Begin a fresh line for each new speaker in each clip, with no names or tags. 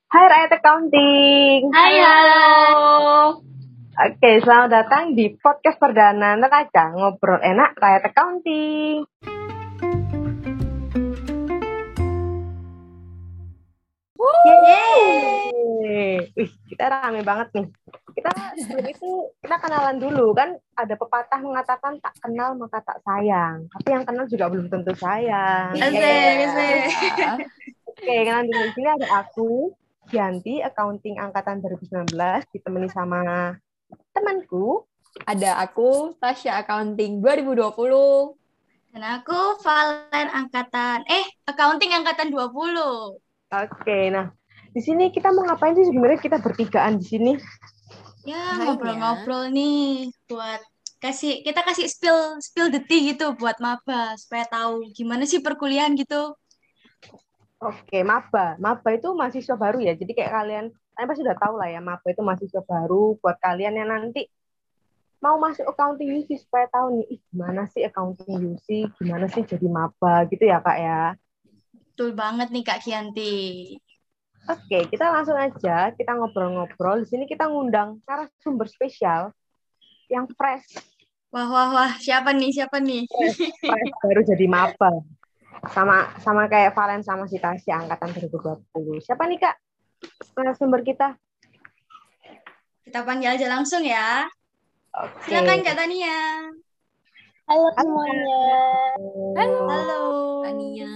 Hai Rakyat Accounting.
Hai, halo.
Oke, selamat datang di podcast perdana Neraca Ngobrol Enak Rakyat Accounting. Yeay. Wih, kita rame banget nih. Sebelum itu kita kenalan dulu kan, ada pepatah mengatakan tak kenal maka tak sayang. Tapi yang kenal juga belum tentu sayang.
Asik.
Oke, kenalan dulu. Di sini ada aku, Gianti, Accounting Angkatan 2019, ditemani sama temanku.
Ada aku, Tasya Accounting 2020.
Dan aku Valen Accounting angkatan 20.
Oke, nah di sini kita mau ngapain sih sebenarnya kita bertigaan di sini?
Ya, ngobrol-ngobrol nih buat kita kasih spill the tea gitu buat maba supaya tahu gimana sih perkuliahan gitu.
Oke, maba. Maba itu mahasiswa baru ya. Jadi kayak kalian pasti sudah tahu lah ya, maba itu mahasiswa baru buat kalian yang nanti mau masuk accounting UC supaya tahu nih, gimana sih accounting UC, gimana sih jadi maba gitu ya, Kak ya.
Betul banget nih Kak Gianti.
Oke, kita langsung aja, kita ngobrol-ngobrol. Di sini kita ngundang narasumber spesial yang fresh.
Wah, siapa nih?
Fresh baru jadi maba. Sama kayak Valen sama si Tasya angkatan 2020. Siapa nih, Kak? Narasumber kita.
Kita panggil aja langsung ya.
Oke.
Silakan Kak Tania.
Halo semuanya.
Halo.
Tania.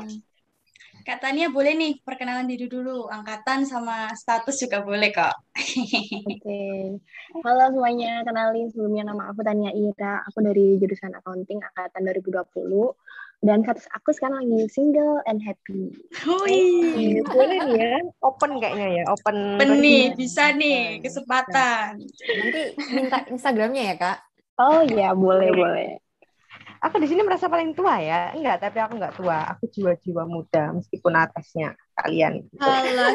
Kak Tania boleh nih perkenalan diri dulu, angkatan sama status juga boleh kok.
Oke. Halo semuanya, kenalin sebelumnya nama aku Tania Ira. Aku dari jurusan accounting angkatan 2020. Dan status aku sekarang lagi single and happy.
Wih,
Boleh nih ya, open kayaknya ya, open.
nih, bisa nih, kesempatan.
Nanti minta Instagramnya ya, Kak?
Oh iya, boleh.
Aku di sini merasa paling tua ya, enggak, tapi aku enggak tua. Aku jiwa-jiwa muda meskipun atasnya kalian.
Halo.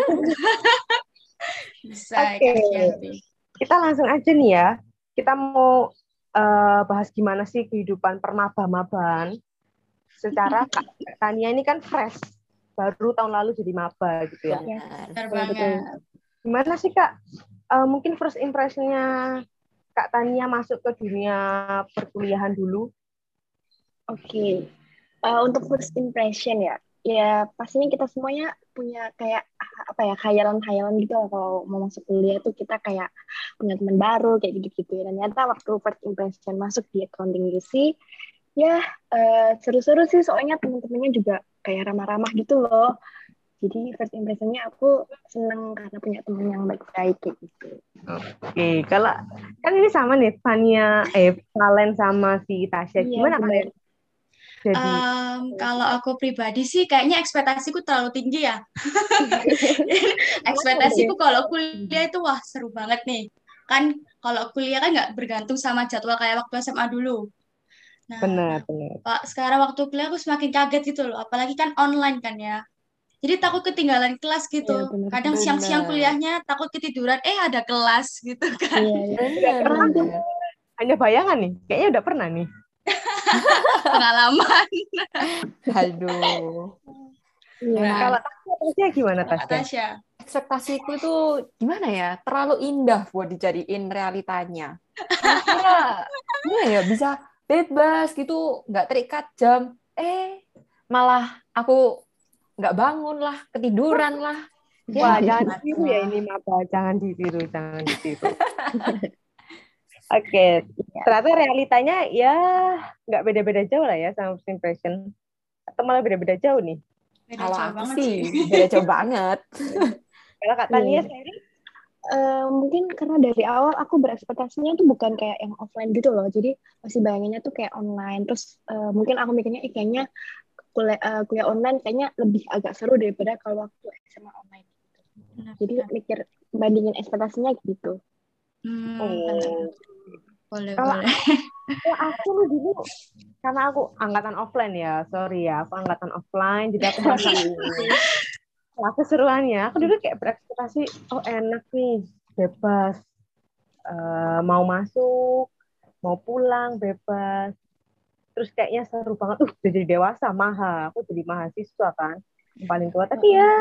Bisa.
Oke. Kita langsung aja nih ya. Kita mau bahas gimana sih kehidupan permaba-mabaan. Secara Tania ini kan fresh, baru tahun lalu jadi maba gitu ya.
Benar banget.
Gimana sih Kak? Mungkin first impression-nya Kak Tania masuk ke dunia perkuliahan dulu.
Oke. Untuk first impression ya pastinya kita semuanya punya kayak khayalan-khayalan gitu lah kalau mau masuk kuliah tuh kita kayak punya teman baru kayak gitu-gitu ya. Dan ternyata waktu first impression masuk di accounting UC ya seru-seru sih soalnya teman-temannya juga kayak ramah-ramah gitu loh. Jadi first impressionnya aku seneng karena punya teman yang baik-baik kayak gitu.
Oke, kalau kan ini sama nih Tania, Valen sama si Tasya. Gimana kalian? Jadi
kalau aku pribadi sih kayaknya ekspektasiku terlalu tinggi ya. Ekspektasiku kalau kuliah itu wah seru banget nih. Kan kalau kuliah kan nggak bergantung sama jadwal kayak waktu SMA dulu. Nah,
benar.
Pak, sekarang waktu kuliah aku semakin kaget gitu loh. Apalagi kan online kan ya. Jadi takut ketinggalan kelas gitu.
Iya,
Kadang siang-siang kuliahnya takut ketiduran, ada kelas gitu kan.
Iya.
Hanya bayangan nih, kayaknya udah pernah nih.
Pengalaman.
Aduh.
Nah, kalau Tasya gimana Tasya?
Tasya.
Ekspektasiku itu gimana ya? Terlalu indah buat dijadiin realitanya. Kira gimana ya? Bisa bebas gitu, nggak terikat jam. Malah aku nggak bangun lah, ketiduran lah.
Wah, jangan ditiru ya ini maba, jangan ditiru. Oke, ternyata realitanya ya nggak beda-beda jauh lah ya sama first impression. Atau malah beda-beda jauh nih.
Kalau aku sih beda jauh banget.
Kalau Kak Tania sendiri?
Mungkin karena dari awal aku berekspektasinya tuh bukan kayak yang offline gitu loh. Jadi masih bayanginnya tuh kayak online. Terus mungkin aku mikirnya kayaknya kuliah online kayaknya lebih agak seru daripada kalau waktu SMA online. Jadi mikir bandingin ekspektasinya gitu.
Boleh.
Aku dulu karena aku angkatan offline ya, sorry ya, aku angkatan offline, jadi aku merasa keseruannya. Aku dulu kayak berekspektasi, enak nih, bebas, mau masuk, mau pulang, bebas. Terus kayaknya seru banget, udah jadi dewasa, aku jadi mahasiswa kan, paling tua. Tapi ya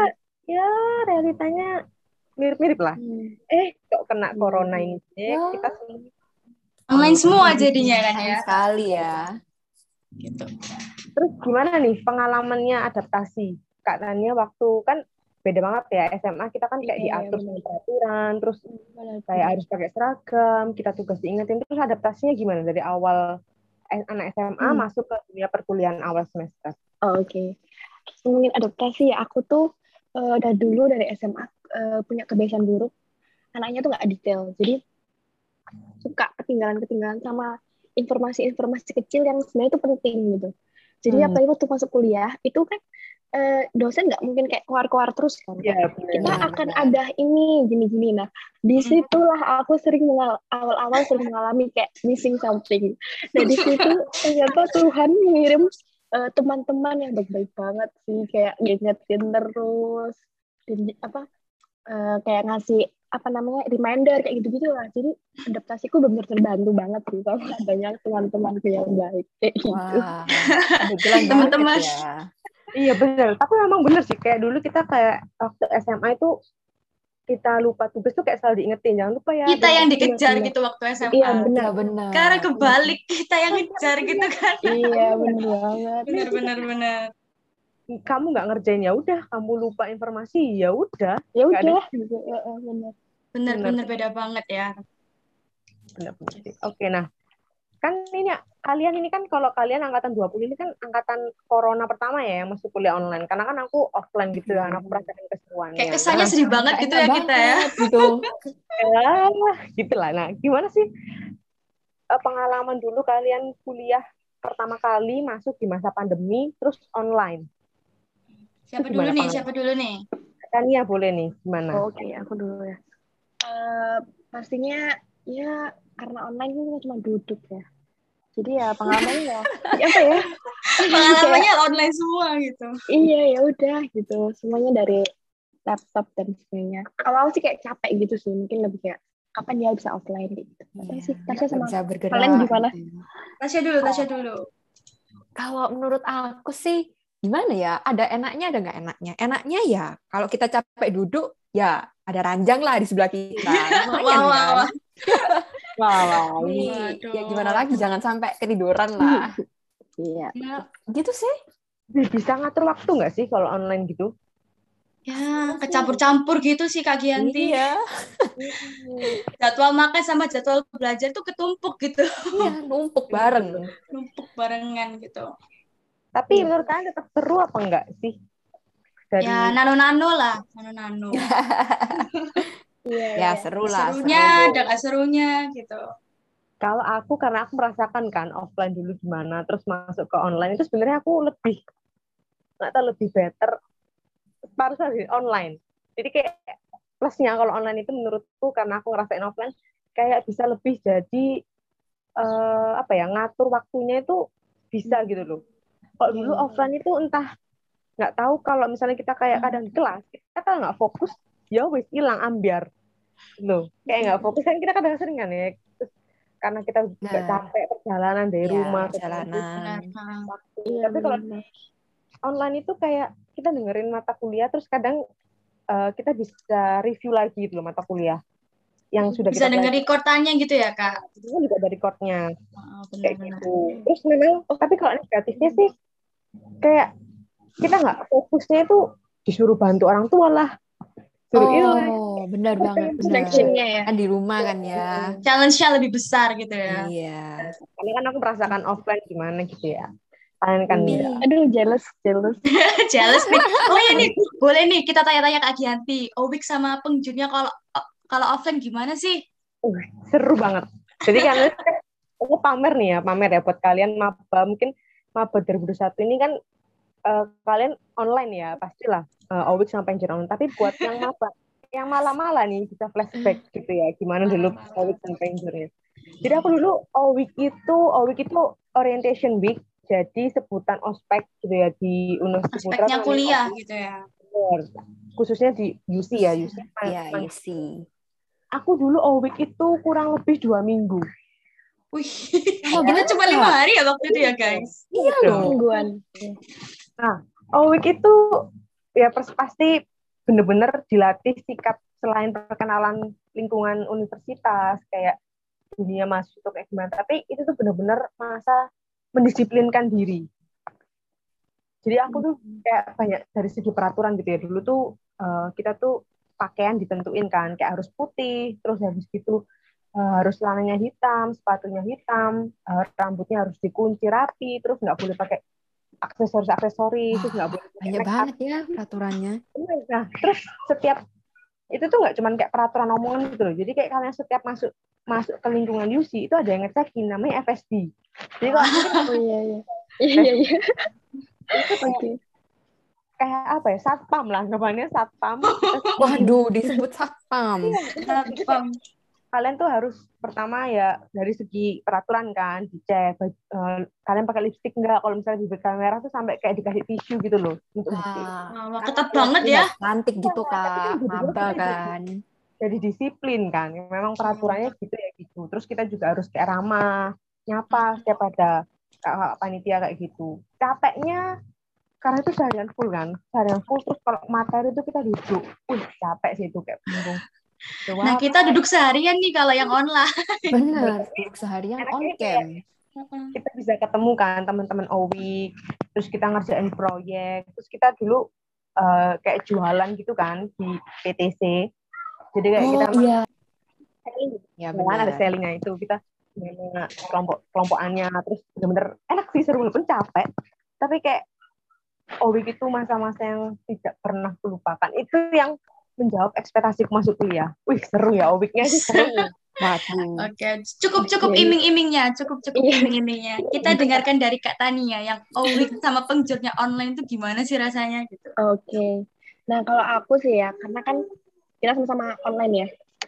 ya realitanya mirip-mirip lah. Kok kena corona ini kita
Online semua jadinya kan
sayang
ya.
sekali ya.
Gitu.
Terus gimana nih pengalamannya adaptasi? Kak Tania waktu kan beda banget ya, SMA kita kan kayak diatur sama peraturan, terus kayak harus pakai seragam, kita tugas diingetin, terus adaptasinya gimana dari awal anak SMA masuk ke dunia perkuliahan awal semester?
Oke. Mungkin adaptasi ya, aku tuh dari dulu dari SMA punya kebiasaan buruk, anaknya tuh nggak detail, jadi suka ketinggalan sama informasi-informasi kecil yang sebenarnya itu penting gitu. Jadi apalagi waktu masuk kuliah itu kan dosen nggak mungkin kayak keluar-keluar terus kan.
Ya,
kita akan ada ini gini-gini. Nah, disitulah aku awal-awal sering mengalami kayak missing something. Nah, di situ ternyata Tuhan mengirim teman-teman yang baik-baik banget sih, kayak ngingetin terus, dan kayak ngasih reminder kayak gitu-gitu lah. Jadi adaptasiku benar-benar terbantu banget sih sama adanya teman-temanku yang baik kayak gitu.
Wah, kebetulan
Teman-teman.
banget ya.
Iya benar, tapi memang benar sih kayak dulu kita kayak waktu SMA itu kita lupa tugas tuh kayak selalu diingetin, jangan lupa ya.
Kita yang dikejar gitu waktu SMA.
Iya benar.
Karena kebalik kita yang ngejar gitu kan.
Iya benar banget.
Benar.
Kamu nggak ngerjain ya udah, kamu lupa informasi ya udah.
Ya udah gitu.
Benar beda banget ya.
Benar. Oke, nah kan ini kalian ini kan kalau kalian angkatan 20 ini kan angkatan corona pertama ya yang masuk kuliah online, karena kan aku offline gitu ya, aku merasakan keseruannya.
Kayak kesannya sedih banget gitu ya kita ya.
Gitu.
Gitu lah. Nah, gimana sih pengalaman dulu kalian kuliah pertama kali masuk di masa pandemi terus online?
Siapa dulu nih?
Tania boleh nih, gimana?
Oke, aku dulu ya. Pastinya ya karena online itu cuma duduk ya. Jadi ya pengalamannya apa ya?
Pengalamannya online semua gitu.
Iya ya udah gitu, semuanya dari laptop dan sebagainya. Kalau sih kayak capek gitu sih, mungkin lebih kayak kapan dia bisa offline gitu. Sih, Tasya sama kalian gimana?
Tasya dulu.
Kalau menurut aku sih gimana ya? Ada enaknya, ada nggak enaknya. Enaknya ya kalau kita capek duduk ya ada ranjang lah di sebelah kita.
Wah.
Wow.
Ya gimana lagi, jangan sampai ketiduran lah.
Iya.
Ya, gitu sih.
Bisa ngatur waktu nggak sih kalau online gitu?
Ya, kecampur-campur gitu sih Kak Gianti.
Iya.
Jadwal makan sama jadwal belajar tuh ketumpuk gitu.
Iya, numpuk bareng.
Numpuk barengan gitu.
Tapi menurut kalian tetap seru apa enggak sih?
Ya, nano-nano lah. Nano-nano.
Ya, seru lah.
Serunya, ada nggak serunya gitu.
Kalau aku, karena aku merasakan kan offline dulu gimana, terus masuk ke online, itu sebenarnya aku lebih better separuh online. Jadi kayak plusnya kalau online itu menurutku, karena aku ngerasain offline, kayak bisa lebih jadi ngatur waktunya itu bisa gitu loh. Kalau dulu offline itu entah, nggak tahu, kalau misalnya kita kayak kadang di kelas, kita kan nggak fokus, ya wis hilang ambiar loh, kayak nggak fokus kan, kita kadang sering kan ya, terus karena kita juga capek perjalanan dari rumah
perjalanan.
Tapi kalau online itu kayak kita dengerin mata kuliah, terus kadang kita bisa review lagi gitu loh mata kuliah yang sudah
bisa
kita
denger rekordannya gitu ya Kak.
Itu juga ada recordnya. Kayak
Benar.
gitu. Terus memang tapi kalau negatifnya sih kayak kita nggak fokusnya itu disuruh bantu orang tua lah.
Benar banget.
Distractionnya ya.
Kan di rumah kan ya.
Challenge-nya lebih besar gitu ya.
Iya.
Karena kan aku merasakan offline gimana gitu ya. Kalian kan
Aduh, jealous.
Jealous nih. Oh ya nih, boleh nih kita tanya-tanya Kak Gianti. Owik sama pengjunnya kalau offline gimana sih?
Seru banget. Jadi kan aku pamer ya buat kalian maba, mungkin maba 2021 ini kan kalian online ya, pastilah Owik sama Pengjur online. Tapi buat yang maba, yang malah-malah nih kita flashback gitu ya, gimana dulu Owik dan Pengjurnya. Jadi aku dulu Owik itu orientation week, jadi sebutan ospek gitu ya di Universitas Putra.
Ospeknya kuliah gitu ya.
Khususnya di UC ya, UC.
Iya, UC.
Aku dulu Owik itu kurang lebih 2 minggu.
Wih, kita cuma 5 hari ya waktu itu ya guys.
Iya loh.
Mingguan.
Nah, Owik itu ya pasti bener-bener dilatih sikap selain perkenalan lingkungan universitas, kayak dunia mahasiswa kayak gimana. Tapi itu tuh bener-bener masa mendisiplinkan diri. Jadi aku tuh kayak banyak dari segi peraturan gitu ya. Dulu tuh kita tuh pakaian ditentuin kan, kayak harus putih, terus habis gitu harus celananya hitam, sepatunya hitam, rambutnya harus dikunci rapi, terus nggak boleh pakai aksesoris, terus nggak
Wah,
boleh pakai
banyak
make up.
banget ya peraturannya.
Nah, terus setiap itu tuh nggak cuma kayak peraturan omongan gitu loh. Jadi kayak kalian setiap masuk ke lingkungan UC itu ada yang ngecekin namanya FSD. Jadi kalau
Oh iya iya. Iya iya.
itu
Oke.
kayak apa ya, satpam lah, namanya satpam.
Waduh, disebut satpam.
Jadi kayak kalian tuh harus pertama ya dari segi peraturan kan dicek kalian pakai lipstik enggak, kalau misalnya bibir kalian merah tuh sampai kayak dikasih tisu gitu loh untuk bukti.
Wah,
Wah, ketat banget ya.
cantik gitu Kak,
Tapi kan
maba kan.
jadi disiplin kan, memang peraturannya gitu ya gitu. Terus kita juga harus kayak ramah, nyapa setiap ada panitia kayak gitu. Capeknya karena itu seharian full, terus kalau materi itu kita duduk, capek sih itu kayak bingung.
Nah, kita duduk seharian nih kalau yang online.
Bener, duduk seharian on cam.
Kita bisa ketemu kan teman-teman OWIK, terus kita ngerjain proyek, terus kita dulu kayak jualan gitu kan di PTC. Jadi kayak kita
Iya.
selling,
Ya
ada
benar.
sellingnya itu, kita kelompokannya, terus bener-bener enak sih, seru walaupun capek, tapi kayak OWIK itu masa-masa yang tidak pernah kulupakan. Itu yang menjawab ekspektasiku masuk kuliah. Wih, seru ya OWIK-nya sih, seru.
Waduh.
Oke, cukup iming-imingnya, cukup iming-imingnya. Kita dengarkan dari Kak Tania yang OWIK sama pengjurnya online itu gimana sih rasanya gitu.
Oke. Nah, kalau aku sih ya, karena kan kita sama-sama online ya.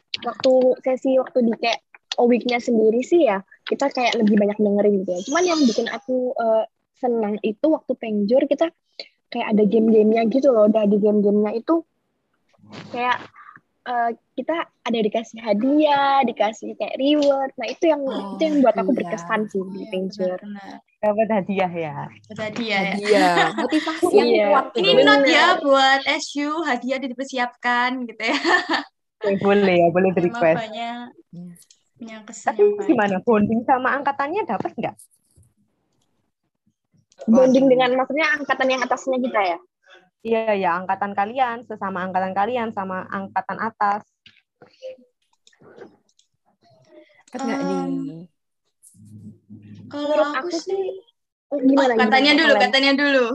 Waktu di kayak OWIK-nya sendiri sih ya, kita kayak lebih banyak dengerin gitu ya. Cuman yang bikin aku senang itu waktu pengjur kita kayak ada game-gamenya gitu loh. Udah di game-gamenya itu kayak kita ada dikasih hadiah, dikasih kayak reward. Nah, itu yang buat aku berkesan sih di pengjur.
Dapat hadiah ya.
Hadiah, motivasi yang kuat.
Ini note ya buat SU, hadiah dipersiapkan gitu ya.
Boleh di request.
Punya kesan
Tapi
yang baik.
gimana bonding sama angkatannya, dapat nggak?
Bonding dengan maksudnya angkatan yang atasnya kita ya?
Iya ya, angkatan kalian, sesama angkatan kalian sama angkatan atas.
Dekat nggak nih?
Kalau aku sih
gimana?
Katanya dulu.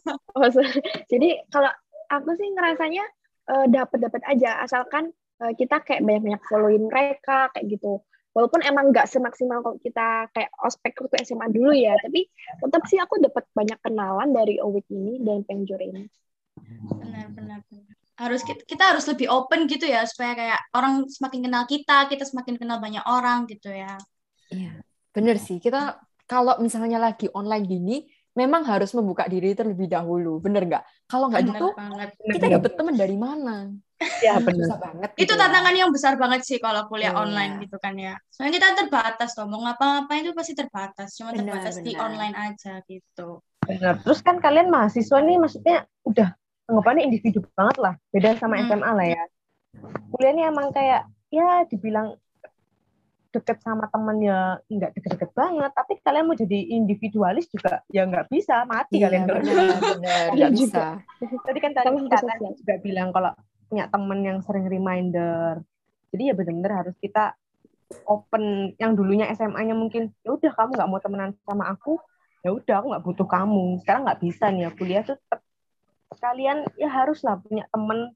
Jadi kalau aku sih ngerasanya dapat aja, asalkan kita kayak banyak-banyak followin mereka kayak gitu. Walaupun emang nggak semaksimal kalau kita kayak ospek waktu SMA dulu ya, tapi tetap sih aku dapat banyak kenalan dari OWIK ini dan penjur ini.
Benar. Kita harus lebih open gitu ya, supaya kayak orang semakin kenal kita semakin kenal banyak orang gitu ya.
Iya, bener sih. Kita kalau misalnya lagi online gini, memang harus membuka diri terlebih dahulu, bener nggak? Kalau nggak gitu, kita dapet teman dari mana?
Ya benar.
Susah banget.
Itu tantangan yang besar banget sih kalau kuliah online gitu kan ya. Soalnya kita terbatas loh, mau ngapa-ngapain itu pasti terbatas, cuma terbatas di online aja gitu.
Benar. Terus kan kalian mahasiswa nih, maksudnya udah anggapannya individu banget lah, beda sama SMA lah ya. Kuliah ini emang kayak ya dibilang deket sama temennya nggak deket-deket banget, tapi kalian mau jadi individualis juga ya nggak bisa, mati kalian kalau
benar nggak bisa.
Tadi kan tadi juga bilang kalau punya temen yang sering reminder, jadi ya benar-benar harus kita open. Yang dulunya SMA-nya mungkin ya udah kamu nggak mau temenan sama aku, ya udah aku nggak butuh kamu. Sekarang nggak bisa nih ya, kuliah tuh kalian ya haruslah punya temen.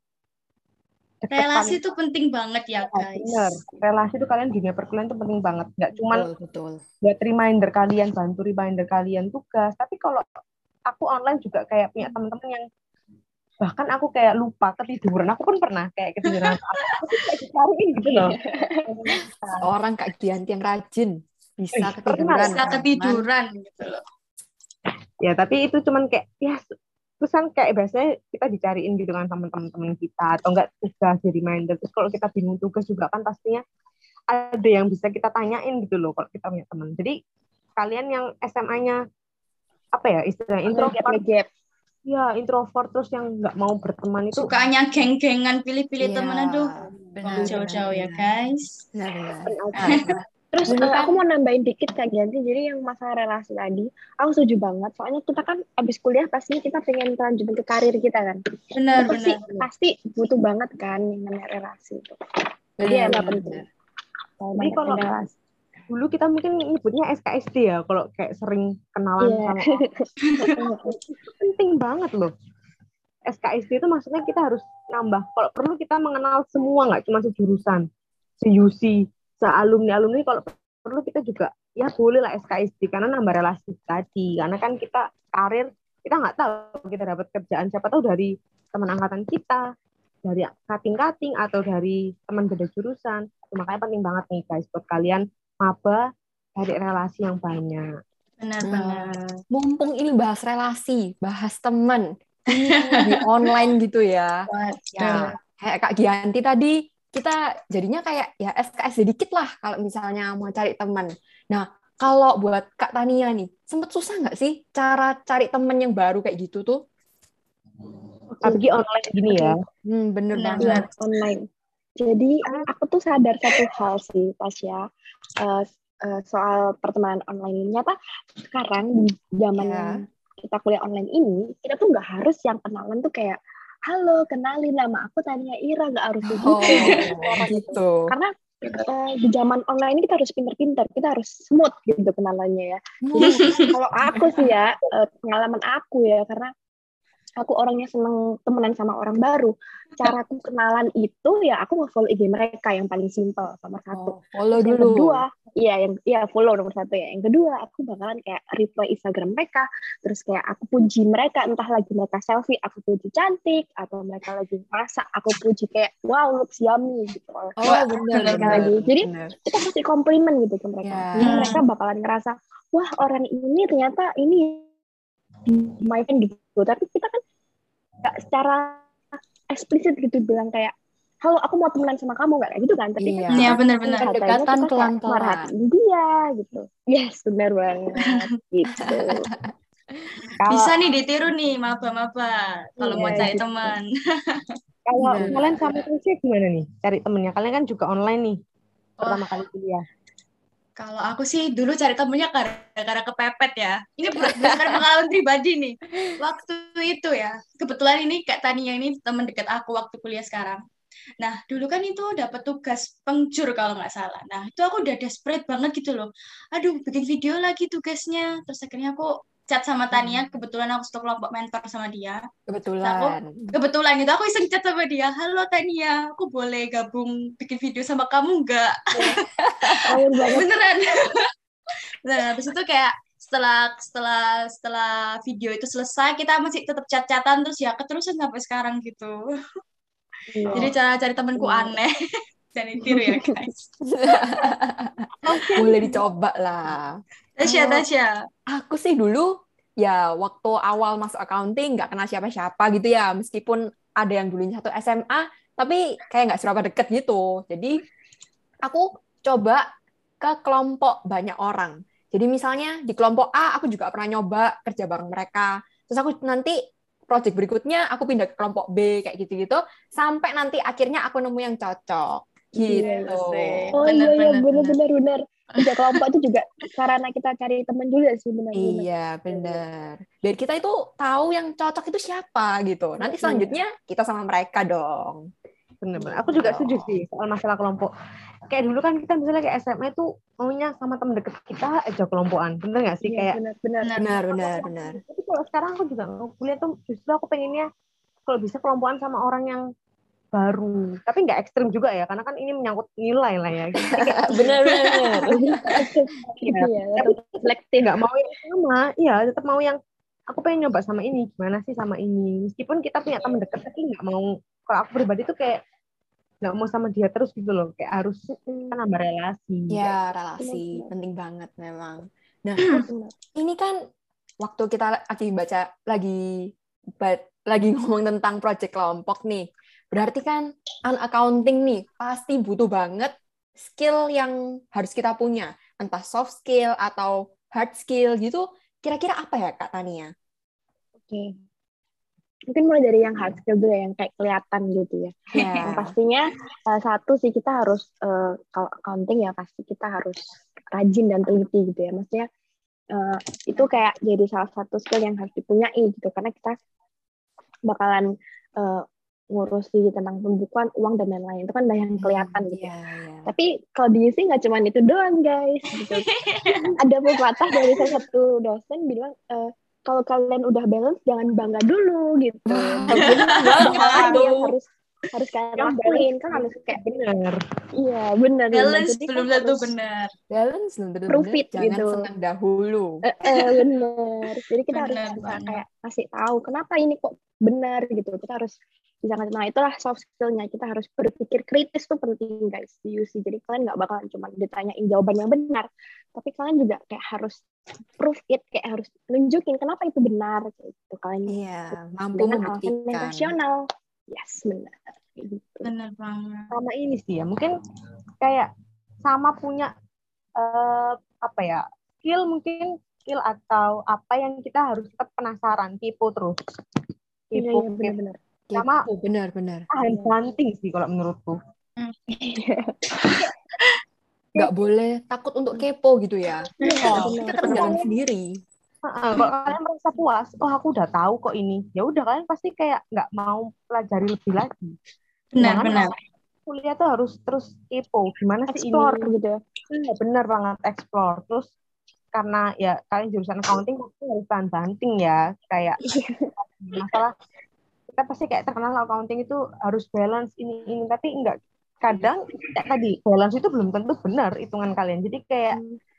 Relasi itu penting banget ya guys.
Bener, relasi itu kalian dunia perkuliahan itu penting banget. Nggak cuma buat reminder kalian, bantu reminder kalian tugas. Tapi kalau aku online juga kayak punya teman-teman yang bahkan aku kayak lupa ketiduran. Aku pun pernah kayak ketiduran. Aku kayak dicariin gitu loh.
Orang Kak Gianti yang rajin bisa
ketiduran gitu loh.
Ya tapi itu cuman kayak ya terusan kayak biasanya kita dicariin gitu kan sama teman-teman kita, atau enggak tugas di reminder. Terus kalau kita bingung tugas juga kan pastinya ada yang bisa kita tanyain gitu loh kalau kita punya teman. Jadi kalian yang SMA-nya apa ya istilahnya introvert, ya introvert terus yang nggak mau berteman itu.
Sukanya geng-gengan, pilih-pilih
Iya,
temen, aduh.
benar,
Jauh-jauh ya,
benar.
guys.
Benar.
Terus
Dulu kan,
aku mau nambahin dikit Kak Gianti, jadi yang masalah relasi tadi, aku setuju banget. Soalnya kita kan abis kuliah pasti kita pengen lanjutin ke karir kita kan.
Benar,
Itu pasti butuh banget kan yang namanya relasi itu. Jadi
benar,
emang
benar.
penting.
Jadi kalau
relasi.
dulu kita mungkin nyebutnya SKSD ya, kalau kayak sering kenalan
Iya.
sama orang. Itu penting banget loh. SKSD itu maksudnya kita harus nambah. Kalau perlu kita mengenal semua, nggak cuma sejurusan, se-UC, se-alumni-alumni. Kalau perlu kita juga, ya boleh lah SKSD, karena nambah relasi tadi. Karena kan kita karir, kita nggak tahu kita dapat kerjaan. Siapa tahu dari teman angkatan kita, dari kating-kating, atau dari teman beda jurusan. Makanya penting banget nih guys, buat kalian maba, cari relasi yang banyak.
benar.
Mumpung ini bahas relasi, bahas teman, ini kan lagi online gitu ya. Ya, kayak Kak Gianti tadi, kita jadinya kayak ya SKS sedikit lah kalau misalnya mau cari teman. Nah, kalau buat Kak Tania nih, sempet susah nggak sih cara cari teman yang baru kayak gitu tuh?
Apalagi online gini ya.
Bener
Benar,
banget.
Iya, online. Jadi aku tuh sadar satu hal sih, Tasya, soal pertemanan online ini. Nyata sekarang di zaman
Ya.
kita kuliah online ini, kita tuh nggak harus yang kenalan tuh kayak, halo, kenalin nama aku Tania Ira, nggak harus kayak gitu.
Gitu.
Karena di zaman online ini kita harus pinter-pinter, kita harus smooth gitu kenalannya ya. Jadi kalau aku sih ya, pengalaman aku ya, karena aku orangnya seneng temenan sama orang baru. Caraku kenalan itu ya aku nge-follow IG mereka yang paling simple nomor satu.
Follow
Terus yang
dulu.
kedua, follow nomor satu ya. Yang kedua, aku bakalan kayak reply Instagram mereka, terus kayak aku puji mereka, entah lagi mereka selfie, aku puji cantik, atau mereka lagi masak, aku puji kayak wow looks yummy gitu.
Benar.
Lagi. Jadi kita kasih komplimen gitu ke mereka.
Ya.
Jadi mereka bakalan ngerasa, wah orang ini ternyata ini my friend gitu. Tapi kita kan nggak secara eksplisit gitu bilang kayak, halo aku mau temenan sama kamu, nggak kayak gitu kan. Tapi kan
Iya, benar-benar.
Pendekatan pelan-pelan.
merhatiin dia gitu. Yes, benar banget gitu.
Bisa nih ditiru nih maba-maba kalau mau cari
gitu.
teman.
Kalau kalian sama Tasya gimana nih cari temennya? Kalian kan juga online nih, pertama kali kuliah.
Kalau aku sih dulu cari temennya gara-gara kepepet ya. Ini berdasarkan pengalaman pribadi nih. Waktu itu ya, kebetulan ini Kak Tania ini teman dekat aku waktu kuliah sekarang. Nah, dulu kan itu dapat tugas pengjur kalau nggak salah. Nah, itu aku udah desperate banget gitu loh. Aduh, bikin video lagi tugasnya. Terus akhirnya aku chat sama Tania. Kebetulan aku satu kelompok mentor sama dia. Kebetulan gitu, aku iseng chat sama dia. Halo Tania, aku boleh gabung bikin video sama kamu nggak? Beneran. Nah, habis itu kayak setelah video itu selesai, kita masih tetap chat-chatan terus ya keterusan sampai sekarang gitu. Jadi cara cari temanku aneh. Jangan ditiru ya guys.
Boleh dicoba lah.
Tasya.
Aku sih dulu ya waktu awal masuk accounting nggak kenal siapa-siapa gitu ya, meskipun ada yang dulunya satu SMA tapi kayak nggak seberapa deket gitu. Jadi aku coba ke kelompok banyak orang. Jadi misalnya di kelompok A aku juga pernah nyoba kerja bareng mereka. Terus aku nanti project berikutnya aku pindah ke kelompok B kayak gitu-gitu sampai nanti akhirnya aku nemu yang cocok gitu.
Benar. Kerja kelompok itu juga sarana kita cari teman juga sih benar.
Iya, benar. Biar kita itu tahu yang cocok itu siapa gitu. Nanti selanjutnya kita sama mereka dong.
Benar. Aku juga setuju sih soal masalah kelompok. Kayak dulu kan kita misalnya kayak SMA itu maunya sama teman deket kita aja kelompokan. Bener nggak sih? Kayak
benar.
Tapi kalau sekarang aku juga kuliah tuh justru aku pengennya kalau bisa kelompokan sama orang yang baru, tapi nggak ekstrim juga ya, karena kan ini menyangkut nilai lah ya.
Benar.
Tapi selektif, nggak mau yang sama, iya tetap mau yang aku pengen nyoba sama ini, gimana sih sama ini, meskipun kita punya teman dekat, tapi nggak mau. Kalau aku pribadi tuh kayak nggak mau sama dia terus gitu loh, kayak harus nambah relasi.
Ya, relasi penting banget memang. Nah, ini kan waktu kita lagi ngomong tentang project kelompok nih. Berarti kan accounting nih pasti butuh banget skill yang harus kita punya, entah soft skill atau hard skill gitu. Kira-kira apa ya Kak Tania?
Oke. mungkin mulai dari yang hard skill dulu ya, yang kayak kelihatan gitu ya. Yang
Ya.
pastinya satu sih kita harus kalau accounting ya pasti kita harus rajin dan teliti gitu ya. Maksudnya itu kayak jadi salah satu skill yang harus dipunyai gitu, karena kita bakalan ngurusi tentang pembukuan uang dan lain-lain, itu kan banyak yang kelihatan gitu.
Iya, iya.
Tapi kalau di UC nggak cuma itu doang guys gitu. Ada pepatah dari salah satu dosen bilang kalau kalian udah balance jangan bangga dulu gitu.
Bener banget
Hal
tuh.
yang harus kalian lakuin kan, harus kayak
bener.
iya benar.
Balance
Jadi
belum
kan
tentu
harus
benar.
Balance belum
prove
bener-bener
it
jangan
gitu.
senang dahulu.
Bener. Jadi kita harus
Benar
bisa
banget.
kayak kasih tahu kenapa ini kok benar gitu. Kita harus bisa ngasih. Nah itulah soft skillnya. Kita harus berpikir kritis tuh penting guys di UC. Jadi kalian nggak bakalan cuma ditanyain jawaban yang benar, tapi kalian juga kayak harus prove it, kayak harus nunjukin kenapa itu benar gitu. Kalian
Iya, mampu
dengan alasan yang
membuktikan.
rasional. Yes, benar. Kayak gitu.
Benar banget.
Sama ini sih ya, mungkin kayak sama punya apa ya, skill atau apa yang kita harus tetap penasaran, kepo terus.
Iya,
Kepo,
benar-benar.
sama
Gitu, benar-benar.
tahan banting sih kalau menurutku.
Nggak boleh takut untuk kepo gitu ya.
Iya,
Kita
benar.
ketinggalan sendiri.
Kalau kalian merasa puas, oh aku udah tahu kok ini, ya udah kalian pasti kayak nggak mau pelajari lebih lagi.
Benar.
Kuliah tuh harus terus kepo, gimana sih
Explore
ini?
gitu ya.
Iya benar banget, explore. Terus karena ya kalian jurusan accounting pasti harus tahan banting ya, kayak masalah kita pasti kayak terkenal accounting itu harus balance ini, tapi enggak, kadang kayak tadi balance itu belum tentu benar hitungan kalian. Jadi kayak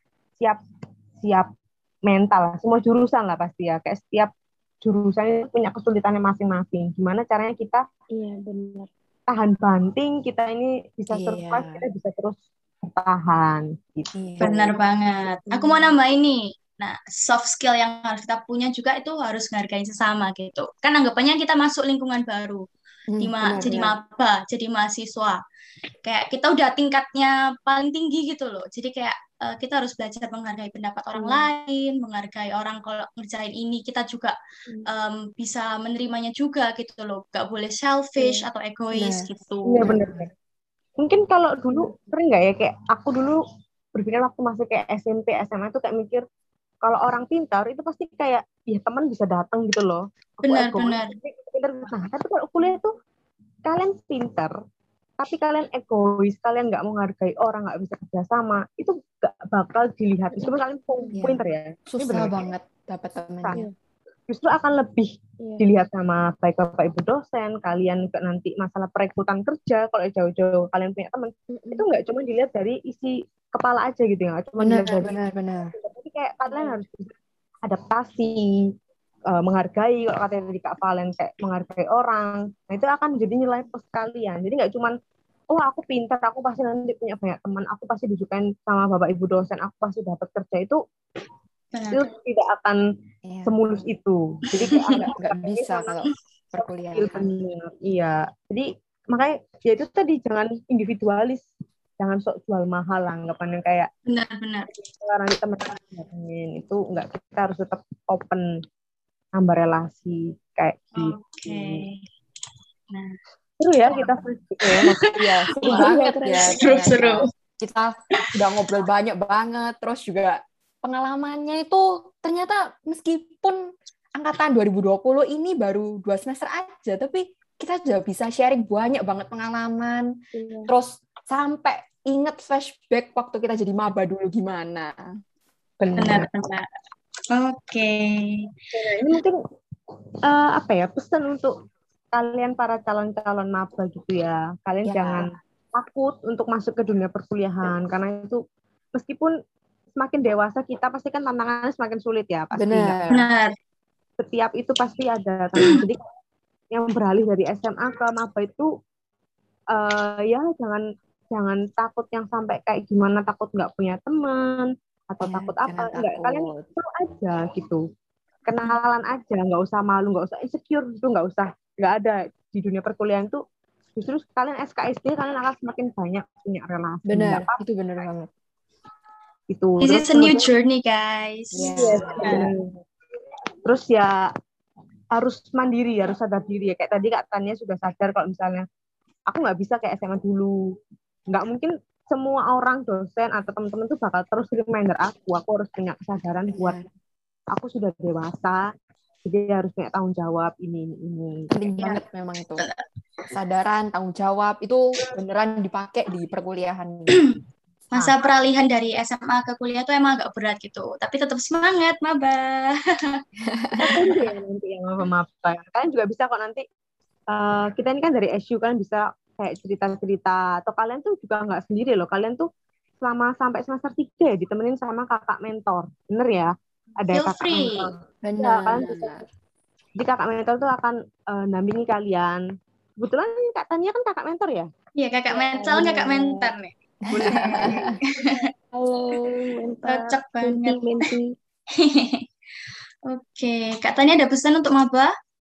siap mental, semua jurusan lah pasti ya, kayak setiap jurusan itu punya kesulitannya masing-masing. Gimana caranya kita
Iya, benar.
tahan banting, kita ini bisa
Iya.
survive, kita bisa terus bertahan gitu.
Iya.
Benar banget. Aku mau nambahin nih. Nah, soft skill yang harus kita punya juga itu harus menghargai sesama gitu. Kan anggapannya kita masuk lingkungan baru, jadi maba, jadi mahasiswa. Kayak kita udah tingkatnya paling tinggi gitu loh. Jadi kayak kita harus belajar menghargai pendapat orang lain, menghargai orang kalau ngerjain ini, kita juga bisa menerimanya juga gitu loh. Gak boleh selfish atau egois gitu.
Iya benar. Mungkin kalau dulu sering nggak ya, kayak aku dulu berpikir waktu masih kayak SMP, SMA itu kayak mikir kalau orang pintar itu pasti kayak ya teman bisa datang gitu loh.
Benar.
Nah, tapi kalau kuliah tuh kalian pintar, tapi kalian egois, kalian nggak menghargai orang, nggak bisa kerjasama, itu nggak bakal dilihat. Itu kalian pintar ya.
Susah banget dapat temannya.
Justru akan lebih dilihat sama baik bapak ibu dosen, kalian juga nanti masalah perekrutan kerja, kalau jauh-jauh kalian punya teman, itu nggak cuma dilihat dari isi kepala aja gitu ya, nggak cuma dilihat dari
benar.
Tapi kayak kalian harus adaptasi, menghargai, kalau katanya tadi Kak Valen kayak menghargai orang, nah itu akan menjadi nilai plus kalian. Jadi nggak cuma oh aku pintar, aku pasti nanti punya banyak teman, aku pasti disukain sama bapak ibu dosen, aku pasti dapat kerja, itu tidak akan semulus itu. Jadi
nggak bisa kalau perkuliahan.
Iya. Jadi makanya ya itu tadi, jangan individualis, jangan sok jual mahal lah, anggapan yang kayak
benar.
Sekarang teman-teman itu enggak, kita harus tetap open, nambah relasi kayak gitu.
Oke. Nah,
seru ya kita
ya, seru banget ya.
Seru.
Kita sudah ngobrol banyak banget, terus juga pengalamannya itu ternyata meskipun angkatan 2020 ini baru 2 semester aja, tapi kita juga bisa sharing banyak banget pengalaman. Terus sampai inget flashback waktu kita jadi maba dulu gimana.
Benar. Oke.
Ini mungkin apa ya, pesan untuk kalian para calon-calon maba gitu ya. Kalian jangan takut untuk masuk ke dunia perkuliahan, karena itu meskipun semakin dewasa kita pasti kan tantangannya semakin sulit ya, pasti.
Benar.
Setiap itu pasti ada tantangan. Jadi yang beralih dari SMA ke maba itu ya jangan takut yang sampai kayak gimana, takut nggak punya teman atau takut apa, enggak, kalian tahu aja gitu, kenalan aja, nggak usah malu, nggak usah insecure, itu nggak ada di dunia perkuliahan tuh. Justru kalian SKSD kalian akan semakin banyak punya relasi.
Benar, itu benar banget.
Itu.
This is a new journey, guys.
Terus ya harus mandiri, harus sadar diri ya. Kayak tadi Kak Tania sudah sadar kalau misalnya aku nggak bisa kayak SMA dulu. Nggak mungkin semua orang, dosen atau teman-teman tuh bakal terus reminder aku. Aku harus punya kesadaran buat aku sudah dewasa, jadi harus punya tanggung jawab ini.
Penting banget memang itu. Kesadaran, tanggung jawab itu beneran dipakai di perkuliahan ini.
Masa peralihan dari SMA ke kuliah tuh emang agak berat gitu. Tapi tetap semangat, maba.
Kita tunggu ya nanti yang maba. Kalian juga bisa kok nanti. Kita ini kan dari SU, kalian bisa kayak cerita-cerita. Atau kalian tuh juga nggak sendiri loh. Kalian tuh selama sampai semester 3 ya ditemenin sama kakak mentor. Bener ya? Ada
Feel
kakak
free.
mentor. Ya,
Benar.
kalian bisa. Jadi kakak mentor tuh akan nampingi kalian. Kebetulan Kak Tania kan kakak mentor ya?
Iya, kakak mental, kakak mentor nih.
Boleh.
Halo, mentor.
Cocok banget.
Menti.
Oke, Kak Tania ada pesan untuk maba?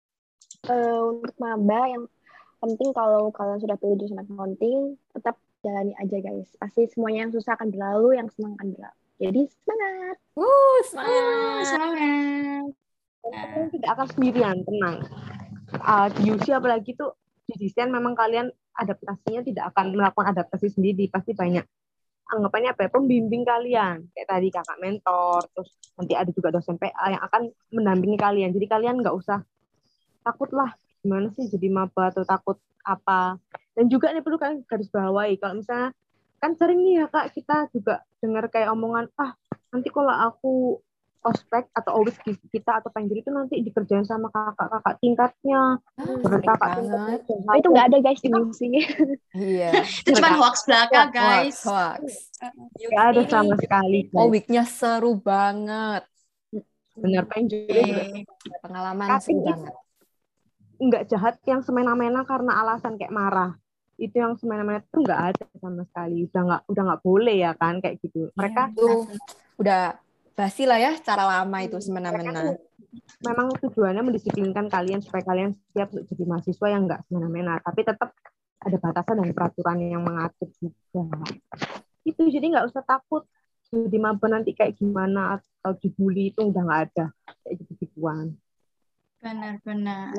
Untuk maba yang penting kalau kalian sudah pilih jurusan accounting, tetap jalani aja guys. Pasti semuanya yang susah akan berlalu, yang senang akan berlalu. Jadi semangat.
Semangat.
Semangat.
Kalian tidak akan sendirian, tenang. Di UC apalagi tuh di desain memang kalian adaptasinya tidak akan melakukan adaptasi sendiri, pasti banyak anggapannya apa ya, pembimbing kalian kayak tadi kakak mentor, terus nanti ada juga dosen PA yang akan mendampingi kalian. Jadi kalian nggak usah takut lah gimana sih jadi maba atau takut apa. Dan juga ini perlu kalian garis bawahi kalau misalnya kan sering nih ya Kak kita juga dengar kayak omongan nanti kalau aku ospek atau OWIS kita atau pengen itu nanti dikerjain sama kakak-kakak tingkatnya. Kakak tingkatnya.
Itu nggak ada guys di
Itu
UC.
Iya.
Itu cuma hoax belaka, guys.
Hoax.
Nggak ada sama sekali.
Weeknya seru banget.
Benar, pengen juga
Pengalaman seru banget.
Nggak jahat yang semena-mena karena alasan kayak marah. Itu yang semena-mena itu nggak ada sama sekali. Udah nggak boleh ya kan kayak gitu. Mereka
itu udah basi lah ya cara lama itu semena-mena.
Memang tujuannya mendisiplinkan kalian supaya kalian siap untuk jadi mahasiswa yang nggak semena-mena. Tapi tetap ada batasan dan peraturan yang mengatur juga. Itu jadi nggak usah takut jadi maba nanti kayak gimana atau dibully, itu udah nggak ada kayak gitu-gituan.
Benar-benar.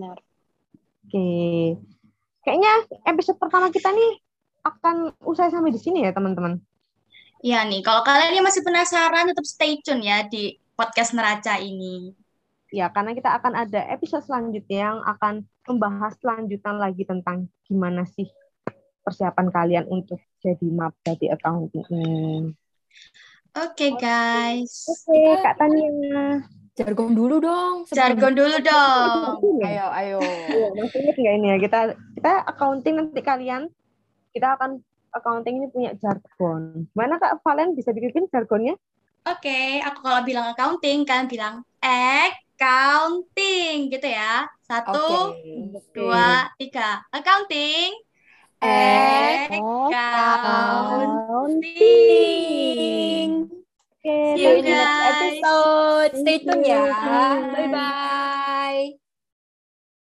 Oke. Kayaknya episode pertama kita nih akan usai sampai di sini ya, teman-teman.
Ya nih, kalau kalian yang masih penasaran, tetap stay tune ya di podcast Neraca ini.
Ya, karena kita akan ada episode selanjutnya yang akan membahas lanjutan lagi tentang gimana sih persiapan kalian untuk jadi maba di accounting.
Oke, guys.
Oke, Kak Tania.
Jargon dulu dong.
Jargon dulu dong.
Ayo.
Maksudnya nggak ini ya, kita accounting nanti kalian, kita akan accounting ini punya jargon. Mana Kak Valen bisa dipimpin jargonnya?
Oke, aku kalau bilang accounting, kalian bilang accounting gitu ya. 1, 2, 3. Accounting.
Accounting.
Oke,
See you
See you in the next
guys.
episode. Stay tune ya. Bye-bye.